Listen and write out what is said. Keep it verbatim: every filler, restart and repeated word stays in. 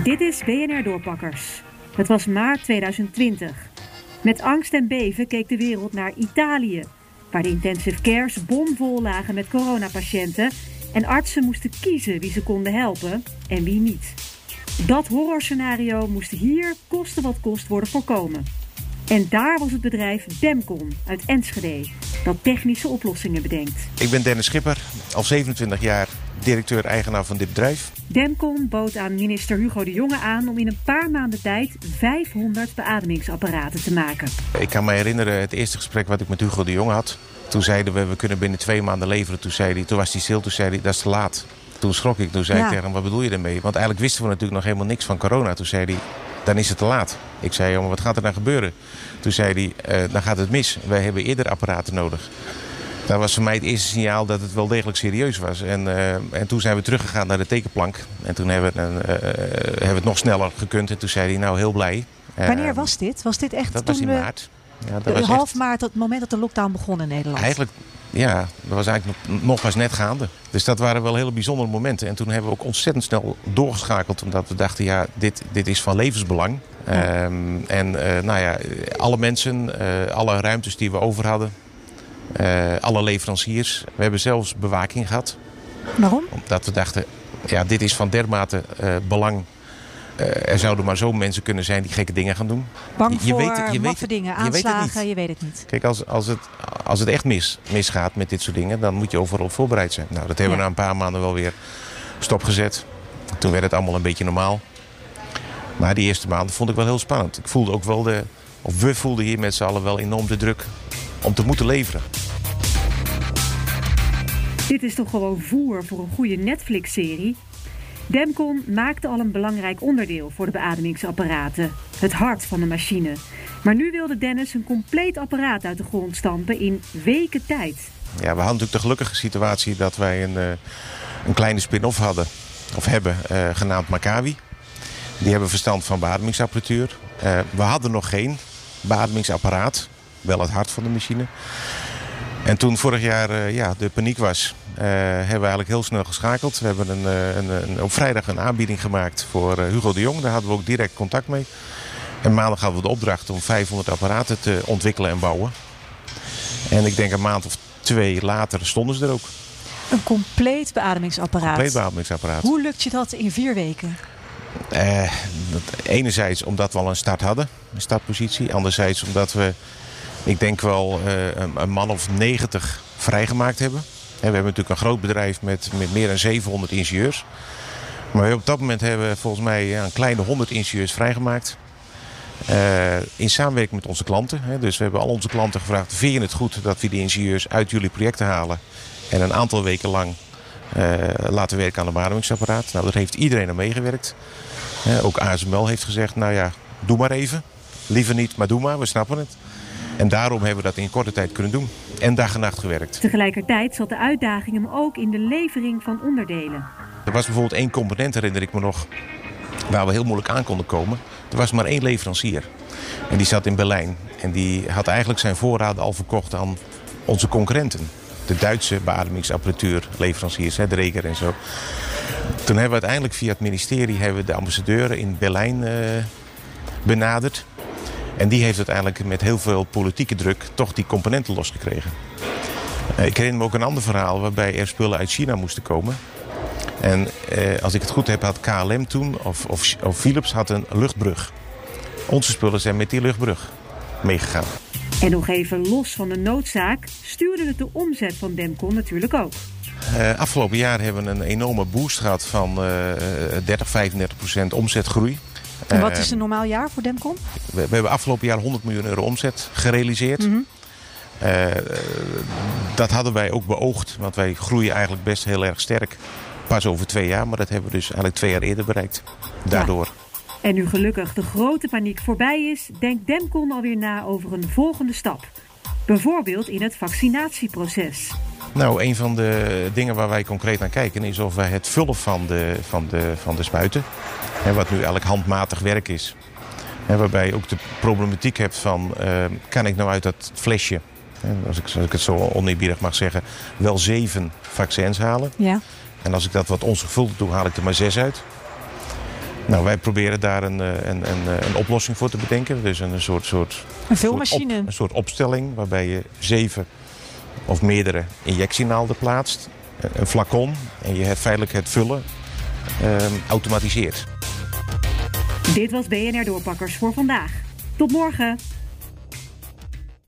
Dit is B N R Doorpakkers. Het was maart tweeduizend twintig. Met angst en beven keek de wereld naar Italië, waar de intensive cares bomvol lagen met coronapatiënten en artsen moesten kiezen wie ze konden helpen en wie niet. Dat horrorscenario moest hier koste wat kost worden voorkomen. En daar was het bedrijf Demcon uit Enschede, dat technische oplossingen bedenkt. Ik ben Dennis Schipper, al zevenentwintig jaar directeur-eigenaar van dit bedrijf. Demcon bood aan minister Hugo de Jonge aan om in een paar maanden tijd vijfhonderd beademingsapparaten te maken. Ik kan me herinneren het eerste gesprek wat ik met Hugo de Jonge had. Toen zeiden we, we kunnen binnen twee maanden leveren. Toen, zei hij, toen was hij stil, toen zei hij, dat is te laat. Toen schrok ik, toen zei ja. ik tegen hem, wat bedoel je daarmee? Want eigenlijk wisten we natuurlijk nog helemaal niks van corona. Toen zei hij, dan is het te laat. Ik zei, jongen, wat gaat er dan gebeuren? Toen zei hij, uh, dan gaat het mis. Wij hebben eerder apparaten nodig. Dat was voor mij het eerste signaal dat het wel degelijk serieus was. En, uh, en toen zijn we teruggegaan naar de tekenplank. En toen hebben we, uh, uh, hebben we het nog sneller gekund. En toen zei hij, nou, heel blij. Uh, Wanneer was dit? Was dit echt dat toen was in we... maart. Ja, dat de, was half echt... maart, het moment dat de lockdown begon in Nederland. Eigenlijk, ja, dat was eigenlijk nog, nog pas net gaande. Dus dat waren wel hele bijzondere momenten. En toen hebben we ook ontzettend snel doorgeschakeld. Omdat we dachten, ja, dit, dit is van levensbelang. Ja. Um, en uh, nou ja, alle mensen, uh, alle ruimtes die we over hadden. Uh, alle leveranciers. We hebben zelfs bewaking gehad. Waarom? Omdat we dachten, ja, dit is van dermate uh, belang. Uh, er zouden maar zo mensen kunnen zijn die gekke dingen gaan doen. Bang je, je voor weet het, je maffe dingen, je aanslagen, weet je weet het niet. Kijk, als, als, het, als het echt mis, misgaat met dit soort dingen, dan moet je overal voorbereid zijn. Nou, dat hebben ja. we na een paar maanden wel weer stopgezet. Toen werd het allemaal een beetje normaal. Maar die eerste maanden vond ik wel heel spannend. Ik voelde ook wel de, of we voelden hier met z'n allen wel enorm de druk om te moeten leveren. Dit is toch gewoon voer voor een goede Netflix-serie? Demcon maakte al een belangrijk onderdeel voor de beademingsapparaten. Het hart van de machine. Maar nu wilde Dennis een compleet apparaat uit de grond stampen in weken tijd. Ja, we hadden natuurlijk de gelukkige situatie dat wij een, uh, een kleine spin-off hadden. Of hebben, uh, genaamd Maccabi. Die hebben verstand van beademingsapparatuur. Uh, we hadden nog geen beademingsapparaat. Wel het hart van de machine. En toen vorig jaar uh, ja, de paniek was, uh, hebben we eigenlijk heel snel geschakeld. We hebben een, een, een, op vrijdag een aanbieding gemaakt voor uh, Hugo de Jong. Daar hadden we ook direct contact mee. En maandag hadden we de opdracht om vijfhonderd apparaten te ontwikkelen en bouwen. En ik denk een maand of twee later stonden ze er ook. Een compleet beademingsapparaat. Compleet beademingsapparaat. Hoe lukt je dat in vier weken? Uh, dat, enerzijds omdat we al een start hadden, een startpositie. Anderzijds omdat we, ik denk wel, uh, een, een man of negentig vrijgemaakt hebben. En we hebben natuurlijk een groot bedrijf met, met meer dan zevenhonderd ingenieurs. Maar op dat moment hebben we volgens mij ja, een kleine honderd ingenieurs vrijgemaakt. Uh, in samenwerking met onze klanten. Hè. Dus we hebben al onze klanten gevraagd, vind je het goed dat we die ingenieurs uit jullie projecten halen? En een aantal weken lang uh, laten werken aan een beademingsapparaat. Nou, daar heeft iedereen aan meegewerkt. Uh, ook A S M L heeft gezegd, nou ja, doe maar even. Liever niet, maar doe maar, we snappen het. En daarom hebben we dat in korte tijd kunnen doen. En dag en nacht gewerkt. Tegelijkertijd zat de uitdaging hem ook in de levering van onderdelen. Er was bijvoorbeeld één component, herinner ik me nog, waar we heel moeilijk aan konden komen. Er was maar één leverancier. En die zat in Berlijn. En die had eigenlijk zijn voorraden al verkocht aan onze concurrenten. De Duitse beademingsapparatuurleveranciers, de Reger en zo. Toen hebben we uiteindelijk via het ministerie hebben we de ambassadeur in Berlijn uh, benaderd. En die heeft uiteindelijk met heel veel politieke druk toch die componenten losgekregen. Uh, ik herinner me ook een ander verhaal waarbij er spullen uit China moesten komen. En uh, als ik het goed heb had K L M toen, of, of, of Philips, had een luchtbrug. Onze spullen zijn met die luchtbrug meegegaan. En nog even los van de noodzaak stuurde het de omzet van Demcon natuurlijk ook. Uh, afgelopen jaar hebben we een enorme boost gehad van uh, dertig, vijfendertig procent omzetgroei. En wat is een normaal jaar voor Demcon? We, we hebben afgelopen jaar honderd miljoen euro omzet gerealiseerd. Mm-hmm. Uh, dat hadden wij ook beoogd, want wij groeien eigenlijk best heel erg sterk. Pas over twee jaar, maar dat hebben we dus eigenlijk twee jaar eerder bereikt. Daardoor. Ja. En nu gelukkig de grote paniek voorbij is, denkt Demcon alweer na over een volgende stap. Bijvoorbeeld in het vaccinatieproces. Nou, een van de dingen waar wij concreet naar kijken is of wij het vullen van de, van de, van de spuiten, hè, wat nu eigenlijk handmatig werk is. Hè, waarbij je ook de problematiek hebt van, uh, kan ik nou uit dat flesje, hè, als, ik, als ik het zo oneerbiedig mag zeggen, wel zeven vaccins halen. Ja. En als ik dat wat onzorgvuldig doe, haal ik er maar zes uit. Nou, wij proberen daar een, een, een, een oplossing voor te bedenken. Dus een soort, soort, een vulmachine. Soort op, een soort opstelling waarbij je zeven of meerdere injectienaalden plaatst. Een flacon en je feitelijk het vullen um, automatiseert. Dit was B N R Doorpakkers voor vandaag. Tot morgen.